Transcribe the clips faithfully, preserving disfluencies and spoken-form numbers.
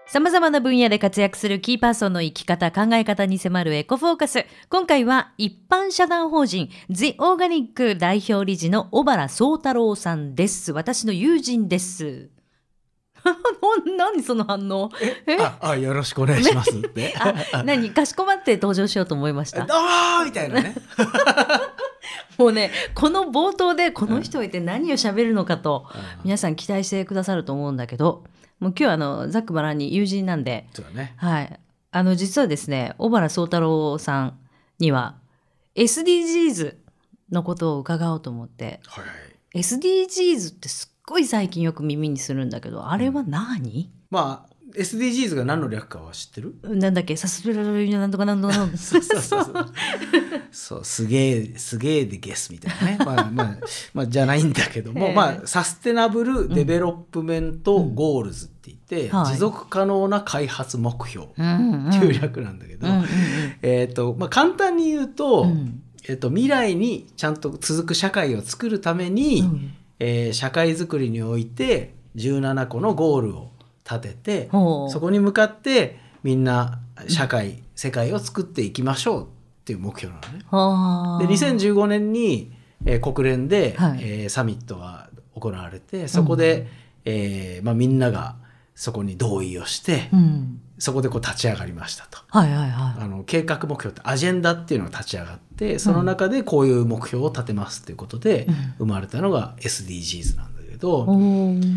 さまざまな分野で活躍するキーパーソンの生き方、考え方に迫るエコフォーカス。今回は一般社団法人 The Organic 代表理事の小原宗太郎さんです。私の友人です。何その反応。 えああよろしくお願いしますって、 あ何かしこまって登場しようと思いました。 あーみたいなねもうね、この冒頭でこの人がいて何を喋るのかと、うん、皆さん期待してくださると思うんだけど、もう今日はあのざっくばらんに友人なんで、 そうだね、 はい、あの実はですね、小原宗太郎さんには エスディージーズ のことを伺おうと思って、 はいはい、 エスディージーズ ってすっごい最近よく耳にするんだけど、あれは何？ うん、まあ エスディージーズ が何の略かは知ってる？ なんだっけ、サスペラルなんとかなんとかなんとかそうそうそうそうそうすげえすげえでゲスみたいなね、まあまあまあじゃないんだけども、まあサステナブルデベロップメントゴールズって言って、うん、持続可能な開発目標っていう略なんだけど、うんうん、えっとまあ簡単に言うと、うんえっと、未来にちゃんと続く社会を作るために、うんえー、社会づくりにおいてじゅうななこのゴールを立てて、そこに向かってみんな社会、うん、世界を作っていきましょうっていう目標なのね。でにせんじゅうごねんに、えー、国連で、はいえー、サミットが行われて、そこで、うんえーまあ、みんながそこに同意をして、うん、そこでこう立ち上がりましたと、 はいはいはい、 あの計画目標ってアジェンダっていうのが立ち上がって、その中でこういう目標を立てますっていうことで生まれたのが エスディージーズ なんだけど、うん、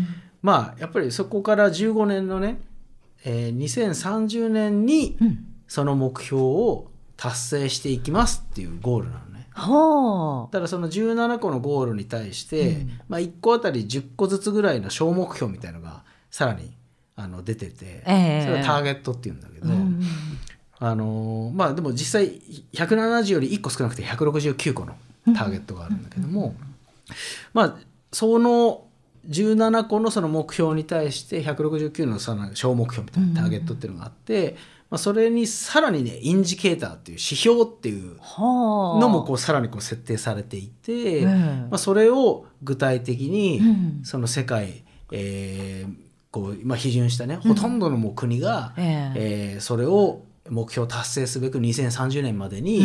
まあやっぱりそこからじゅうごねんのね、えー、にせんさんじゅうねんにその目標を達成していきますっていうゴールなのね。はあ、だからそのじゅうななこのゴールに対して、うんまあ、いっこあたりじゅっこずつぐらいの小目標みたいなのがさらにあの出てて、えー、それはターゲットっていうんだけど、うんあのー、まあでも実際ひゃくななじゅうよりいっこ少なくてひゃくろくじゅうきゅうこのターゲットがあるんだけども、まあそのじゅうななこのその目標に対してひゃくろくじゅうきゅうのその小目標みたいなターゲットっていうのがあって、まあ、それにさらにねインジケーターっていう指標っていうのもこうさらにこう設定されていて、まあ、それを具体的にその世界、えーこうまあ、批准したねほとんどのもう国が、うんえー、それを目標達成すべくにせんさんじゅうねんまでに、うん、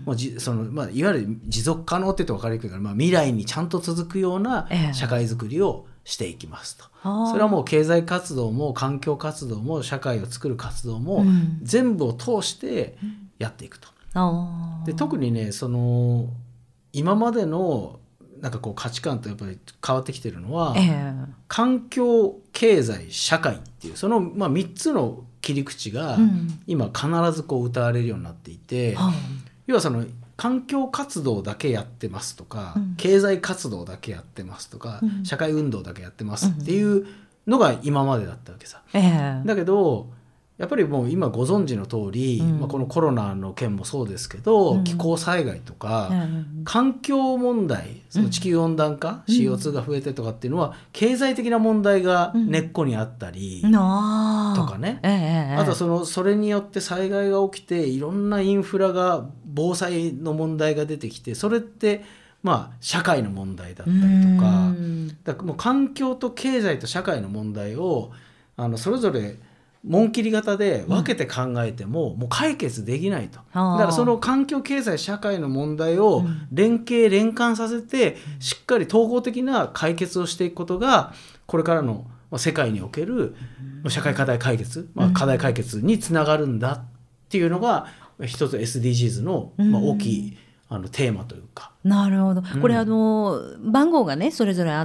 もうじそのまあ、いわゆる持続可能って言うと分かりにくいから、まあ、未来にちゃんと続くような社会づくりをしていきますと、えー、それはもう経済活動も環境活動も社会を作る活動も、うん、全部を通してやっていくと、うん、で特にねその今までのなんかこう価値観とやっぱり変わってきてるのは、えー、環境経済社会っていうその、まあ、みっつの切り口が今必ずこう歌われるようになっていて、うん、要はその環境活動だけやってますとか、うん、経済活動だけやってますとか、うん、社会運動だけやってますっていうのが今までだったわけさ、えー、だけどやっぱりもう今ご存知の通り、うんまあ、このコロナの件もそうですけど、うん、気候災害とか、うん、環境問題その地球温暖化、うん、シーオーツー が増えてとかっていうのは経済的な問題が根っこにあったり、うん、とかね、えー、あとそのそれによって災害が起きていろんなインフラが防災の問題が出てきて、それってまあ社会の問題だったりとか、うん、だからもう環境と経済と社会の問題をあのそれぞれ紋切り型で分けて考えても、うん、もう解決できないと。だからその環境経済社会の問題を連携連関させて、うん、しっかり統合的な解決をしていくことがこれからの世界における社会課題解決、まあ、課題解決につながるんだっていうのが一つ エスディージーズ の、まあ、大きいあのテーマというか。 なるほど、うん、これあの番号がねそれぞれあって、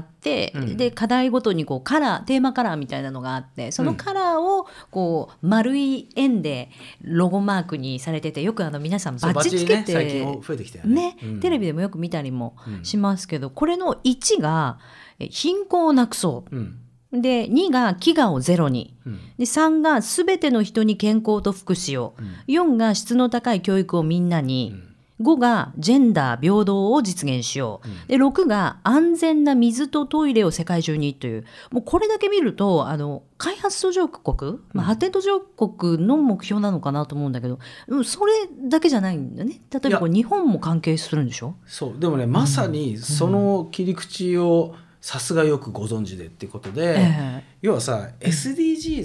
うん、で課題ごとにこうカラーテーマカラーみたいなのがあって、そのカラーをこう丸い円でロゴマークにされてて、よくあの皆さんバッジつけて、 ね、最近増えてきたよね、 ね、うん、テレビでもよく見たりもしますけど、これのいちが貧困をなくそう、うんでにが飢餓をゼロに、うん、でさんがすべての人に健康と福祉を、うん、よんが質の高い教育をみんなに、うんごがジェンダー平等を実現しよう、うん、でろくが安全な水とトイレを世界中にという、もうこれだけ見るとあの開発途上国、まあ、発展途上国の目標なのかなと思うんだけど、うん、それだけじゃないんだね。例えばこう日本も関係するんでしょ。 そうでもね、まさにその切り口をさすがよくご存知でっていうことで、うんえー、要はさ エスディージーズ っ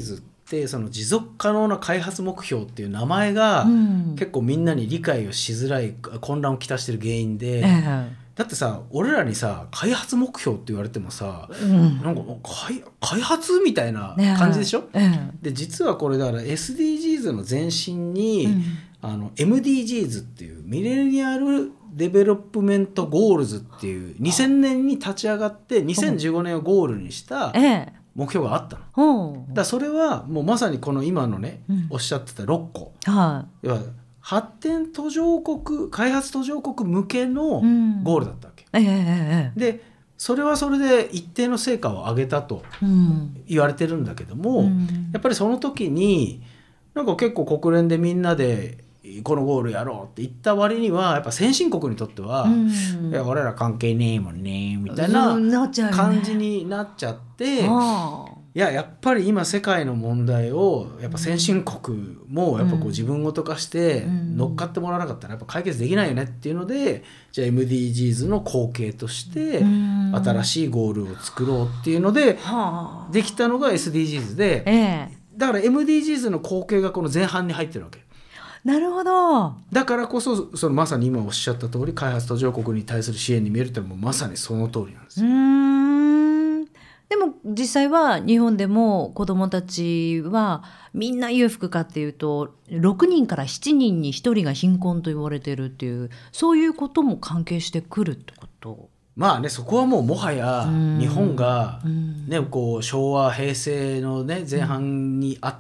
ってその持続可能な開発目標っていう名前が結構みんなに理解をしづらい混乱をきたしてる原因で、えー、だってさ俺らにさ開発目標って言われてもさ、うん、なんか開, 開発みたいな感じでしょ、えー、で実はこれだから エスディージーズ の前身に、うん、あの エムディージーズ っていうミレニアルデベロップメントゴールズっていうにせんねんに立ち上がってにせんじゅうごねんをゴールにした目標があったの、だからそれはもうまさにこの今のね、うん、おっしゃってたろっこ、はい、要は発展途上国開発途上国向けのゴールだったわけ、うんえー、でそれはそれで一定の成果を上げたと言われてるんだけども、うん、やっぱりその時になんか結構国連でみんなでこのゴールやろうって言った割にはやっぱ先進国にとっては、うん、いや俺ら関係ねえもんねみたいな感じになっちゃって、うんいややっぱり今世界の問題をやっぱ先進国もやっぱこう自分ごと化して乗っかってもらわなかったらやっぱ解決できないよねっていうので、じゃあ エムディージーズ の後継として新しいゴールを作ろうっていうのでできたのが エスディージーズ で、だから エムディージーズ の後継がこの前半に入ってるわけ。 なるほど。 だからこそそのまさに今おっしゃった通り開発途上国に対する支援に見えるってのもまさにその通りなんですよ。うーんでも実際は日本でも子どもたちはみんな裕福かっていうとろくにんからしちにんにひとりが貧困と言われてるっていうそういうことも関係してくるってこと。 まあねそこはもうもはや日本が、ね、こう昭和平成の、ね、前半にあった、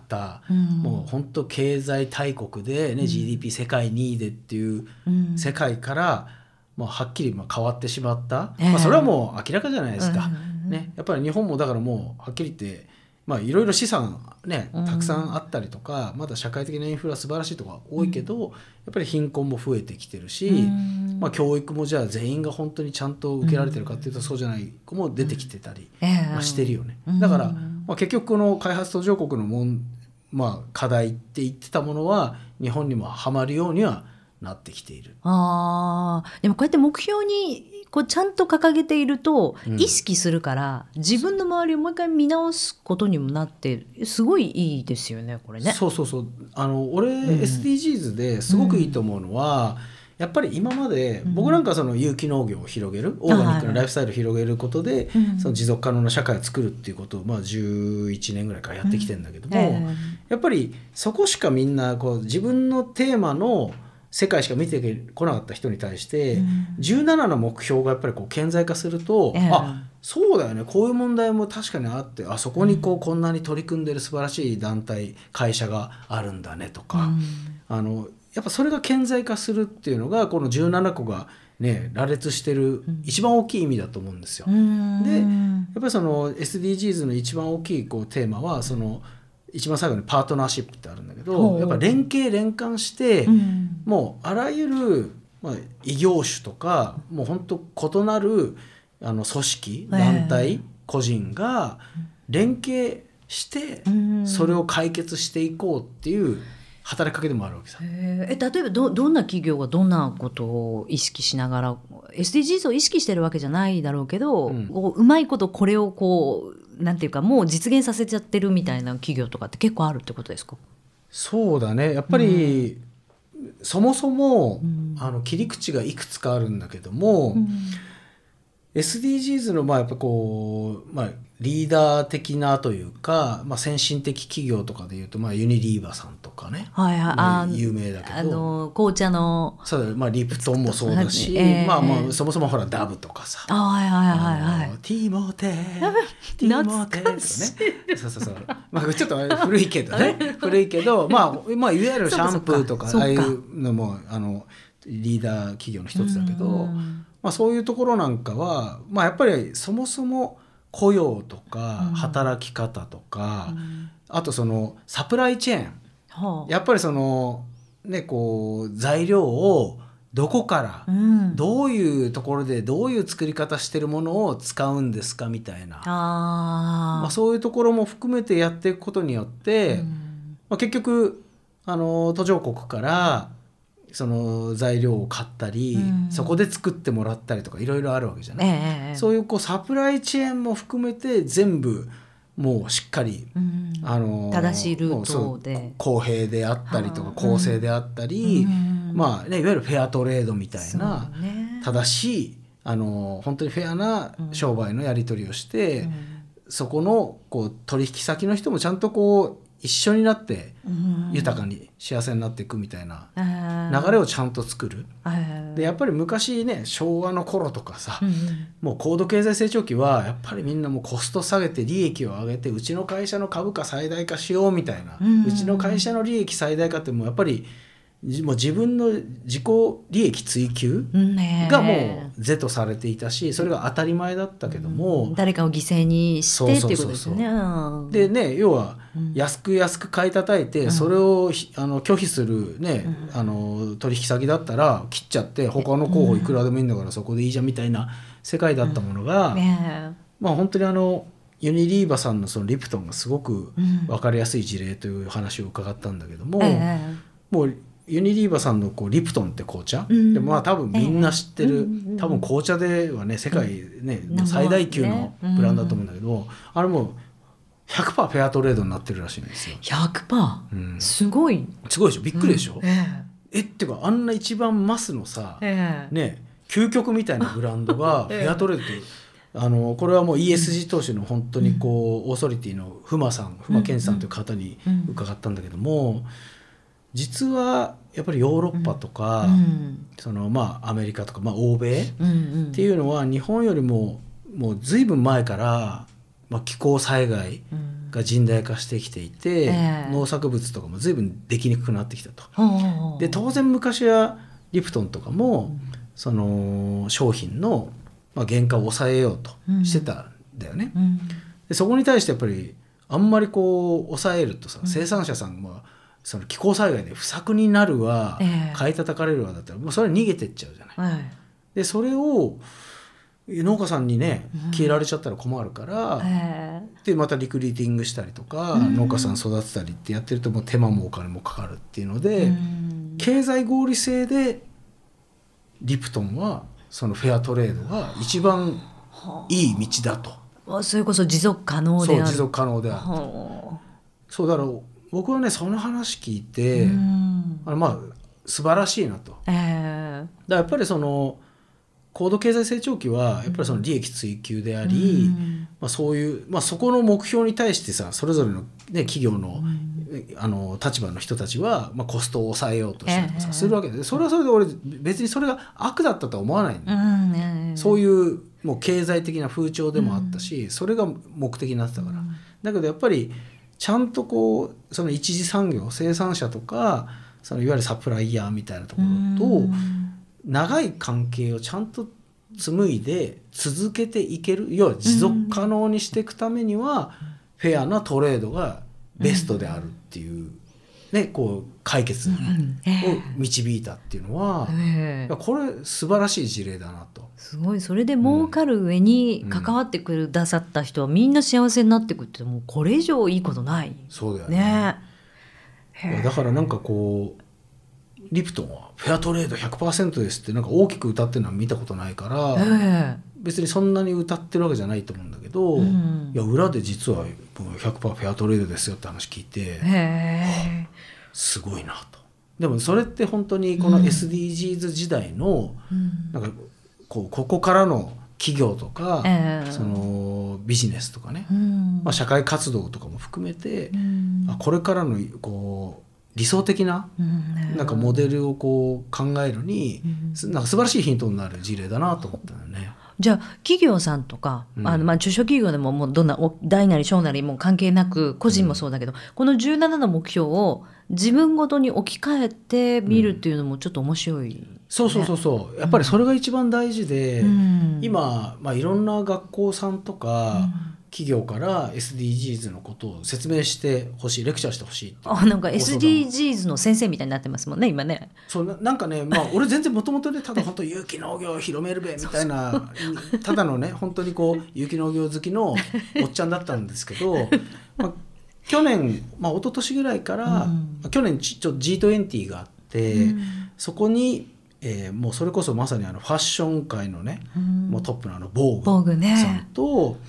うん、もう本当経済大国で、ねうん、ジーディーピー 世界にいでっていう世界から、もうはっきりまあ変わってしまった、えーまあ、それはもう明らかじゃないですか、うんね、やっぱり日本もだからもうはっきり言ってまあいろいろ資産ねたくさんあったりとか、うん、まだ社会的なインフラ素晴らしいところが多いけど、うん、やっぱり貧困も増えてきてるし、うんまあ、教育もじゃあ全員が本当にちゃんと受けられてるかっていうとそうじゃない子も出てきてたり、うんまあ、してるよね、うん、だから、まあ、結局この開発途上国のもん、まあ、課題って言ってたものは日本にもはまるようにはなってきている。 あでもこうやって目標にこうちゃんと掲げていると意識するから、うん、自分の周りをもう一回見直すことにもなってすごいいいですよねこれね。 そうそうそうあの俺、うん、エスディージーズ ですごくいいと思うのは、うん、やっぱり今まで僕なんかその有機農業を広げる、オーガニックなライフスタイルを広げることで、うん、その持続可能な社会を作るっていうことをまあじゅういちねんぐらいからやってきてるんだけども、うんえー、やっぱりそこしかみんなこう自分のテーマの世界しか見てこなかった人に対して、うん、じゅうななの目標がやっぱりこう顕在化すると、えー、あそうだよねこういう問題も確かにあってあそこにこうこんなに取り組んでる素晴らしい団体会社があるんだねとか、うん、あのやっぱそれが顕在化するっていうのがこのじゅうななこがね羅列してる一番大きい意味だと思うんですよ。うん、でやっぱりその エスディージーズ の一番大きいこうテーマはその一番最後にパートナーシップってあるんだけど、やっぱ連携連関して、うん、もうあらゆる、まあ、異業種とかもう本当異なるあの組織団体、えー、個人が連携してそれを解決していこうっていう働きかけでもあるわけさ。 え例えば ど, どんな企業がどんなことを意識しながら エスディージーズ を意識してるわけじゃないだろうけど、うん、こううまいことこれをこうなんていうかもう実現させちゃってるみたいな企業とかって結構あるってことですか？ そうだねやっぱり、うん、そもそも、うん、あの切り口がいくつかあるんだけども、うん、エスディージーズ のまあやっぱこう、まあ、リーダー的なというか、まあ、先進的企業とかでいうと、まあ、ユニリーバさんとかね、はいはいまあ、有名だけどあの紅茶のそうだ、まあ、リプトンもそうだし、えーまあまあ、そもそもほらダブとかさあ、はいはいはいはい、 ティモテティモテとかねそうそうそう、まあ、ちょっと古いけどね古いけど、まあまあ、いわゆるシャンプーとかああいうのもあのリーダー企業の一つだけど、まあ、そういうところなんかは、まあ、やっぱりそもそも雇用とか働き方とか、うん、あとそのサプライチェーン、はあ、やっぱりその、ね、こう材料をどこから、うん、どういうところでどういう作り方してるものを使うんですかみたいな、あ、まあ、そういうところも含めてやっていくことによって、うんまあ、結局あの途上国からその材料を買ったり、うん、そこで作ってもらったりとかいろいろあるわけじゃない、えー、そういうこうサプライチェーンも含めて全部もうしっかりあの正しいルートで公平であったりとか公正であったり、うんまあね、いわゆるフェアトレードみたいな、ね、正しいあの本当にフェアな商売のやり取りをして、うん、そこのこう取引先の人もちゃんとこう一緒になって豊かに幸せになっていくみたいな流れをちゃんと作る。でやっぱり昔ね昭和の頃とかさ、うん、もう高度経済成長期はやっぱりみんなもうコスト下げて利益を上げてうちの会社の株価最大化しようみたいな、うん、うちの会社の利益最大化ってもうやっぱりもう自分の自己利益追求がもう是とされていたしそれが当たり前だったけども、 うん、誰かを犠牲にしてっていうことですよね。 でね要は安く安く買い叩いて、うん、それをあの拒否する、ねうん、あの取引先だったら切っちゃって他の候補いくらでもいいんだからそこでいいじゃんみたいな世界だったものが、うんね、まあ本当にあのユニリーバさんのそのリプトンがすごく分かりやすい事例という話を伺ったんだけども、うん、もうユニリーバさんのこうリプトンって紅茶、うん、でまあ多分みんな知ってる、えー、多分紅茶ではね世界ね、うん、最大級のブランドだと思うんだけど、うん、あれもう ひゃくパーセント フェアトレードになってるらしいんですよ。 ひゃくパーセント、うん、すごいすごいでしょびっくりでしょ、うん、えー、えっていうかあんな一番マスのさ、えー、ね究極みたいなブランドがフェアトレードって、えー、あのこれはもう イーエスジー 投資の本当にこう、うん、オーソリティのフマさんフマケンさんという方に伺ったんだけども、うんうん、実はやっぱりヨーロッパとか、うん、そのまあアメリカとか、まあ、欧米っていうのは日本よりももうずいぶん前から、まあ、気候災害が甚大化してきていて、うんえー、農作物とかもずいぶんできにくくなってきたと。で当然昔はリプトンとかも、うん、その商品の、まあ、原価を抑えようとしてたんだよね、うん、でそこに対してやっぱりあんまりこう抑えるとさ、うん、生産者さんはその気候災害で不作になるわ、えー、買い叩かれるわだったらもうそれ逃げてっちゃうじゃない、はい、でそれを農家さんにね消えられちゃったら困るから、うんえー、でまたリクルーティングしたりとか、うん、農家さん育てたりってやってるともう手間もお金もかかるっていうので、うん、経済合理性でリプトンはそのフェアトレードが一番いい道だと。 それこそ持続可能である。 そう持続可能であると。そうだから僕はねその話聞いて、うん、あのまあ素晴らしいなと、えー、だからやっぱりその高度経済成長期はやっぱりその利益追求であり、うんまあ、そういう、まあ、そこの目標に対してさそれぞれの、ね、企業の、うん、あの立場の人たちは、まあ、コストを抑えようとしたりとかさ、えー、するわけでそれはそれで俺別にそれが悪だったとは思わないんだよ、うんえー、そういうもう経済的な風潮でもあったし、うん、それが目的になってたから、うん、だけどやっぱりちゃんとこうその一次産業生産者とかそのいわゆるサプライヤーみたいなところと長い関係をちゃんと紡いで続けていける要は持続可能にしていくためにはフェアなトレードがベストであるっていう、ね、こう解決を導いたっていうのは、えー、これ素晴らしい事例だなと。 すごいそれで儲かる上に関わってくださった人はみんな幸せになってくってもうこれ以上いいことない。 そうだよね。ねだからなんかこうリプトンはフェアトレード ひゃくパーセント ですってなんか大きく歌ってるのは見たことないから、えー、別にそんなに歌ってるわけじゃないと思うんだけど、うん、いや裏で実は ひゃくパーセント フェアトレードですよって話聞いて、えー、すごいなと。でもそれって本当にこの エスディージーズ 時代の、うん、なんかこうここからの企業とか、えー、そのビジネスとかね、うんまあ、社会活動とかも含めて、うん、あこれからのこう理想的な、うん、なんかモデルをこう考えるに、うん、なんか素晴らしいヒントになる事例だなと思ったよね。 じゃあ企業さんとか、うんあのまあ、中小企業でももうどんな大なり小なりも関係なく個人もそうだけど、うん、このじゅうななの目標を自分ごとに置き換えてみるっていうのもちょっと面白い、ねうん、 そうそうそうそうやっぱりそれが一番大事で、うん、今、まあ、いろんな学校さんとか、うん企業から エスディージーズ のことを説明してほしいレクチャーしてほしいあなんか エスディージーズ の先生みたいになってますもんね今ね。 そう な, なんかね、まあ、俺全然もともとねただ本当有機農業を広めるべみたいなただのね本当にこう有機農業好きのおっちゃんだったんですけど、まあ、去年、まあ、一昨年ぐらいから、うんまあ、去年ちょっと ジートゥエンティー があって、うん、そこにえー、もうそれこそまさにあのファッション界のね、うん、もうトップのあのボーグさんと、ね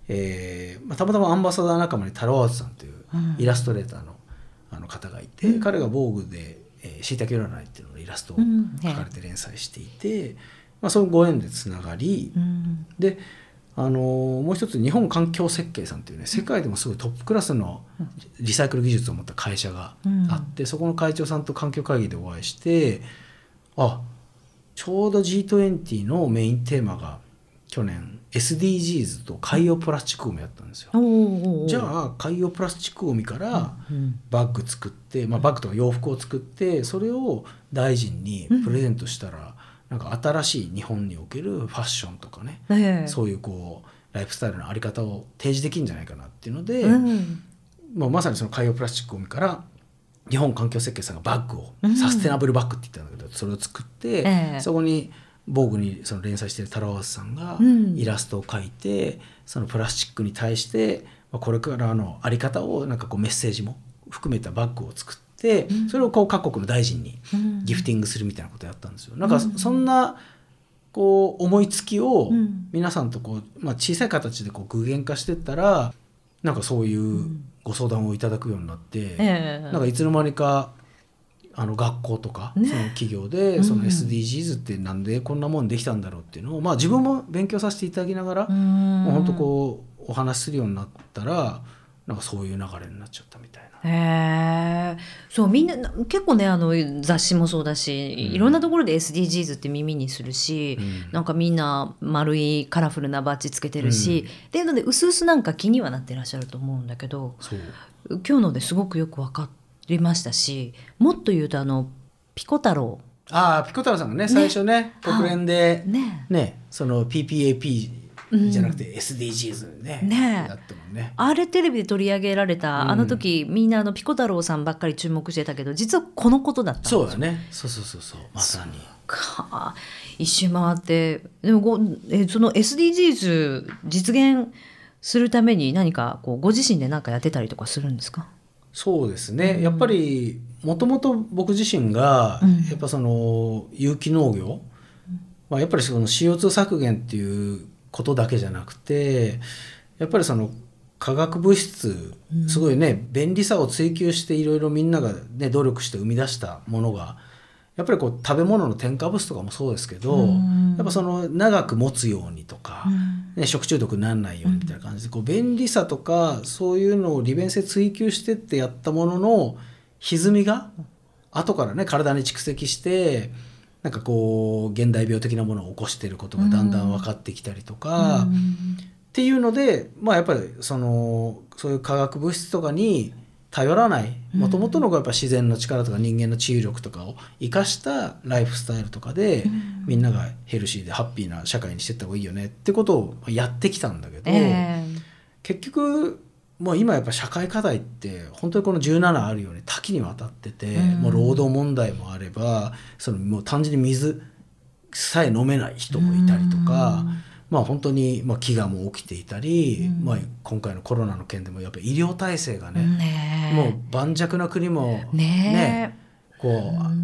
えーまあ、たまたまアンバサダー仲間にタロワーズさんというイラストレーター の,、あの方がいて、うん、彼が防具でしいたけ占いっていうののイラストを描かれて連載していて、うんまあ、そのご縁でつながり、うん、であのもう一つ日本環境設計さんというね世界でもすごいトップクラスのリサイクル技術を持った会社があって、うん、そこの会長さんと環境会議でお会いして、あちょうど ジートゥエンティー のメインテーマが去年 エスディージーズ と海洋プラスチックごみやったんですよ。じゃあ海洋プラスチックごみからバッグ作って、まあ、バッグとか洋服を作ってそれを大臣にプレゼントしたら、なんか新しい日本におけるファッションとかね、えー、そういうこうライフスタイルのあり方を提示できるんじゃないかなっていうので、うんまあ、まさにその海洋プラスチックごみから日本環境設計さんがバッグを、うん、サステナブルバッグって言ったんだけどそれを作って、えー、そこに防具にその連載しているタラワーズさんがイラストを描いて、うん、そのプラスチックに対してこれからのあり方をなんかこうメッセージも含めたバッグを作ってでそれをこう各国の大臣にギフティングするみたいなことをやったんですよ。なんかそんなこう思いつきを皆さんとこう、まあ、小さい形でこう具現化していったらなんかそういうご相談をいただくようになって、なんかいつの間にかあの学校とかその企業でその エスディージーズ ってなんでこんなもんできたんだろうっていうのを、まあ、自分も勉強させていただきながらもう本当こうお話しするようになったらなんかそういう流れになっちゃったみたいな。 へそうみんな結構ねあの雑誌もそうだし、うん、いろんなところで エスディージーズ って耳にするし、うん、なんかみんな丸いカラフルなバッジつけてるし、うん、っていうのでうすうすなんか気にはなってらっしゃると思うんだけど今日のですごくよく分かりましたし、もっと言うとあのピコ太郎あピコ太郎さんがね最初 ね, ね国連で、ねね、その ピーピーエーピーじゃなくて エスディージーズ ね、うん、ねだったもんね。 あれテレビで取り上げられた、うん、あの時みんなあのピコ太郎さんばっかり注目してたけど実はこのことだったんですよ。 そうだねそうそうそうそうまさにか一周回ってでもごえその エスディージーズ 実現するために何かこうご自身で何かやってたりとかするんですか？ そうですね、うん、やっぱりもともと僕自身が、うん、やっぱその有機農業、うんまあ、やっぱりその シーオーツー 削減っていうことだけじゃなくてやっぱりその化学物質すごいね、うん、便利さを追求していろいろみんなが、ね、努力して生み出したものがやっぱりこう食べ物の添加物とかもそうですけど、うん、やっぱその長く持つようにとか、うんね、食中毒にならないようにみたいな感じでこう便利さとかそういうのを利便性追求してってやったものの歪みが後からね体に蓄積してなんかこう現代病的なものを起こしていることがだんだん分かってきたりとか、うん、っていうので、まあ、やっぱりそのそういう化学物質とかに頼らないもともとのやっぱ自然の力とか人間の治癒力とかを生かしたライフスタイルとかで、うん、みんながヘルシーでハッピーな社会にしていった方がいいよねってことをやってきたんだけど、えー、結局もう今やっぱ社会課題って本当にこのじゅうななあるように多岐にわたってて、うん、もう労働問題もあればそのもう単純に水さえ飲めない人もいたりとか、うんまあ、本当にまあ飢餓も起きていたり、うんまあ、今回のコロナの件でもやっぱり医療体制が ね, ねもう盤石な国も、ねね、こう、うん、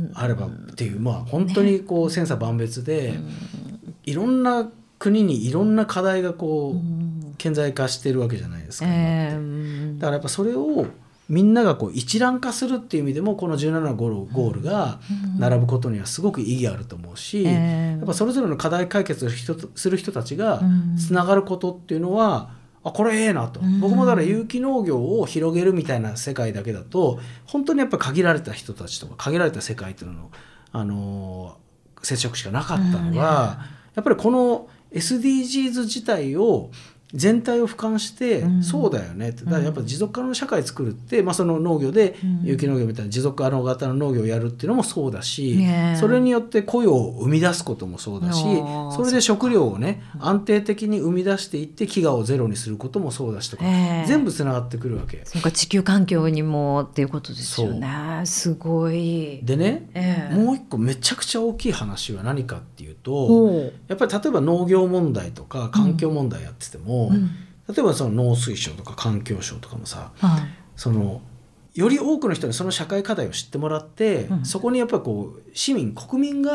あればっていう、まあ、本当にこう千差万別で、ね、いろんな国にいろんな課題がこう、うん顕在化してるわけじゃないですか、えー、だからやっぱそれをみんながこう一覧化するっていう意味でもこのじゅうななのゴールが並ぶことにはすごく意義あると思うし、えー、やっぱそれぞれの課題解決する人たちがつながることっていうのはあこれええなと、僕もだから有機農業を広げるみたいな世界だけだと本当にやっぱ限られた人たちとか限られた世界というのの、あのー、接触しかなかったのが、やっぱりこの エスディージーズ 自体を全体を俯瞰して、うん、そうだよねって、だからやっぱ持続可能な社会作るって、まあ、その農業で有機農業みたいな持続可能型の農業をやるっていうのもそうだし、ね、それによって雇用を生み出すこともそうだし、それで食料をね安定的に生み出していって飢餓をゼロにすることもそうだしとか、全部つながってくるわけ。 そうか地球環境にもっていうことですよね。すごいでね、えー、もう一個めちゃくちゃ大きい話は何かっていうと、やっぱり例えば農業問題とか環境問題やってても、うんうん、例えばその農水省とか環境省とかもさ、はい、そのより多くの人にその社会課題を知ってもらって、うん、そこにやっぱりこう市民国民が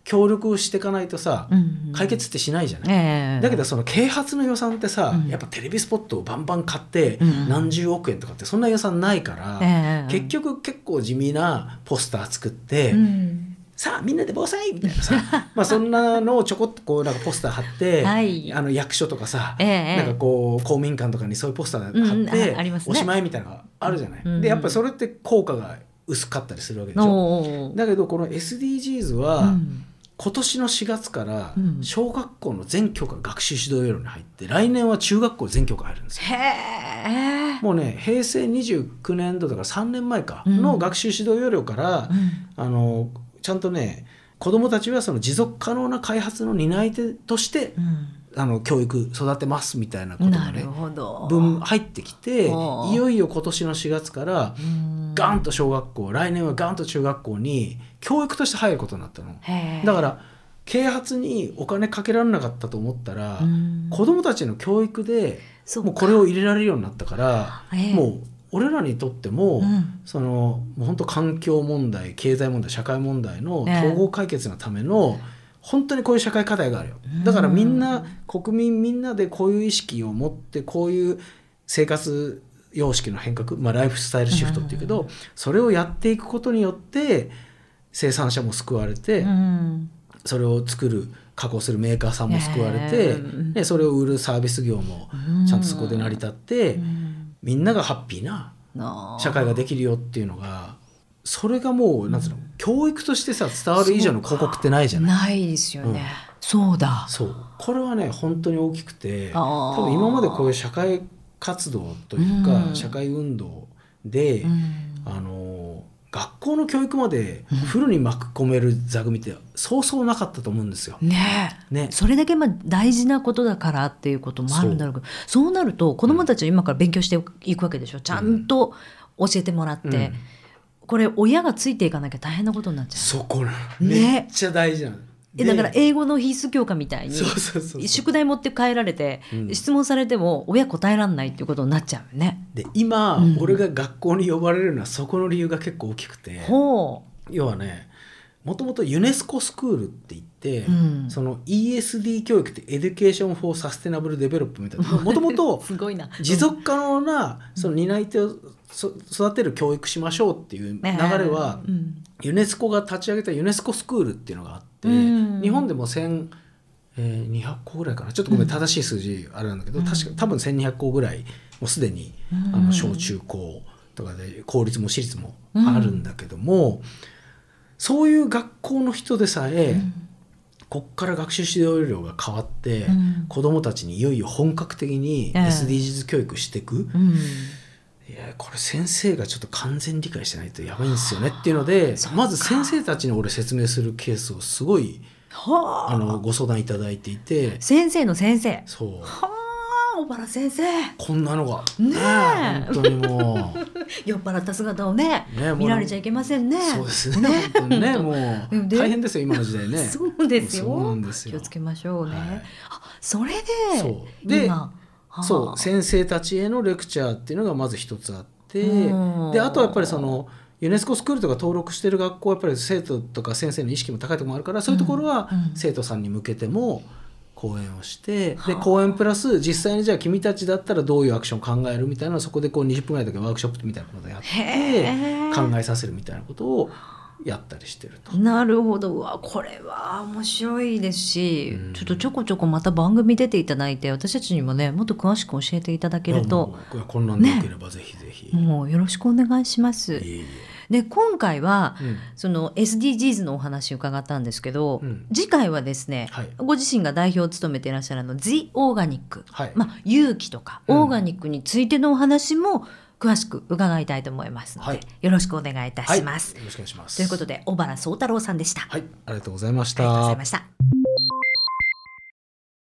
協力していかないとさ、うんうん、解決ってしないじゃない、えー、だけどその啓発の予算ってさ、うん、やっぱテレビスポットをバンバン買って何十億円とかってそんな予算ないから、えー、結局結構地味なポスター作って、うん、さあみんなで防災みたいなさまあそんなのをちょこっとこうなんかポスター貼って、はい、あの役所とかさ、えー、なんかこう公民館とかにそういうポスター貼って、うんね、おしまいみたいなのがあるじゃない、うん、でやっぱりそれって効果が薄かったりするわけでしょ。だけどこの エスディージーズ は、うん今年のしがつから小学校の全教科学習指導要領に入って、うん、来年は中学校全教科入るんですよ。へもうね平成にじゅうきゅうねんどだからさんねんまえかの学習指導要領から、うん、あのちゃんとね子どもたちはその持続可能な開発の担い手として、うん、あの教育育てますみたいなことがね分入ってきて、いよいよ今年のしがつからガンと小学校、来年はガンと中学校に教育として入ることになったの。だから啓発にお金かけられなかったと思ったら、子どもたちの教育でもうこれを入れられるようになったから、もう俺らにとっても、うん、そのもう本当環境問題、経済問題、社会問題の統合解決のための、本当にこういう社会課題があるよ。だからみんな国民みんなでこういう意識を持ってこういう生活様式の変革、まあ、ライフスタイルシフトっていうけど、うん、それをやっていくことによって生産者も救われて、うん、それを作る加工するメーカーさんも救われて、でそれを売るサービス業もちゃんとそこで成り立って、うん、みんながハッピーな社会ができるよっていうのが、それがもうなんつうの、うん、教育としてさ伝わる以上の広告ってないじゃない。 ないですよね、うん、そうだそうこれはね本当に大きくて、多分今までこういう社会活動というか、うん、社会運動で、うん、あの学校の教育までフルに巻き込める座組ってそうそうなかったと思うんですよ、 ねえね、それだけまあ大事なことだからっていうこともあるんだろうけど、そう、そうなると子どもたちは今から勉強していくわけでしょ、ちゃんと教えてもらって、うん、これ親がついていかなきゃ大変なことになっちゃう。 そこなの、ね、めっちゃ大事なの。 だから英語の必須教科みたいに宿題持って帰られて、うん、質問されても親答えらんないっていうことになっちゃうよね。 で今、うん、俺が学校に呼ばれるのはそこの理由が結構大きくて、ほう要はねもともとユネスコスクールって言って、うん、その イーエスディー 教育ってエデュケーション・フォー・サステナブル・デベロップみたいなもともと持続可能なその担い手を育てる教育しましょうっていう流れは、うん、ユネスコが立ち上げたユネスコスクールっていうのがあって、うん、日本でもせんにひゃくこぐらいかな、ちょっとごめん正しい数字あれなんだけど、うん、確か多分せんにひゃくこぐらいもうすでに、うん、あの小中高とかで公立も私立もあるんだけども、うん、そういう学校の人でさえ、うん、こっから学習指導要領が変わって、うん、子どもたちにいよいよ本格的に エスディージーズ 教育していく、うん、いやこれ先生がちょっと完全理解してないとやばいんですよねっていうので、まず先生たちに俺説明するケースをすごいあのご相談いただいていて、 先生の先生そうはあ小原先生こんなのがねえ本当にもう酔っ払った姿を ね, ね見られちゃいけませんね。 そうですね本当にねもう大変ですよ今の時代ね。 そうですよ、 そうなんですよ、 気をつけましょうね、はい、あそれでそうでそう先生たちへのレクチャーっていうのがまず一つあって、であとはやっぱりそのユネスコスクールとか登録してる学校はやっぱり生徒とか先生の意識も高いところもあるから、そういうところは生徒さんに向けても講演をして、で講演プラス実際にじゃあ君たちだったらどういうアクションを考えるみたいなのをそこでこうにじゅっぷんぐらいだけワークショップみたいなことをやって考えさせるみたいなことをやったりしてると。 なるほど、うわこれは面白いですし、うん、ちょっとちょこちょこまた番組出ていただいて私たちにもねもっと詳しく教えていただけると、 こんなんでよければぜひぜひ、 ね、もうよろしくお願いします。いえいえ。で今回は、うん、その エスディージーズ のお話を伺ったんですけど、うん、次回はですね、はい、ご自身が代表を務めていらっしゃるの The Organic、はいまあ、有機とかオーガニックについてのお話も詳しく伺いたいと思いますので、はい、よろしくお願いいたします、 はい、よろしくお願いします。 ということで小原宗太郎さんでした。 はい、ありがとうございました。 ありがとうございました。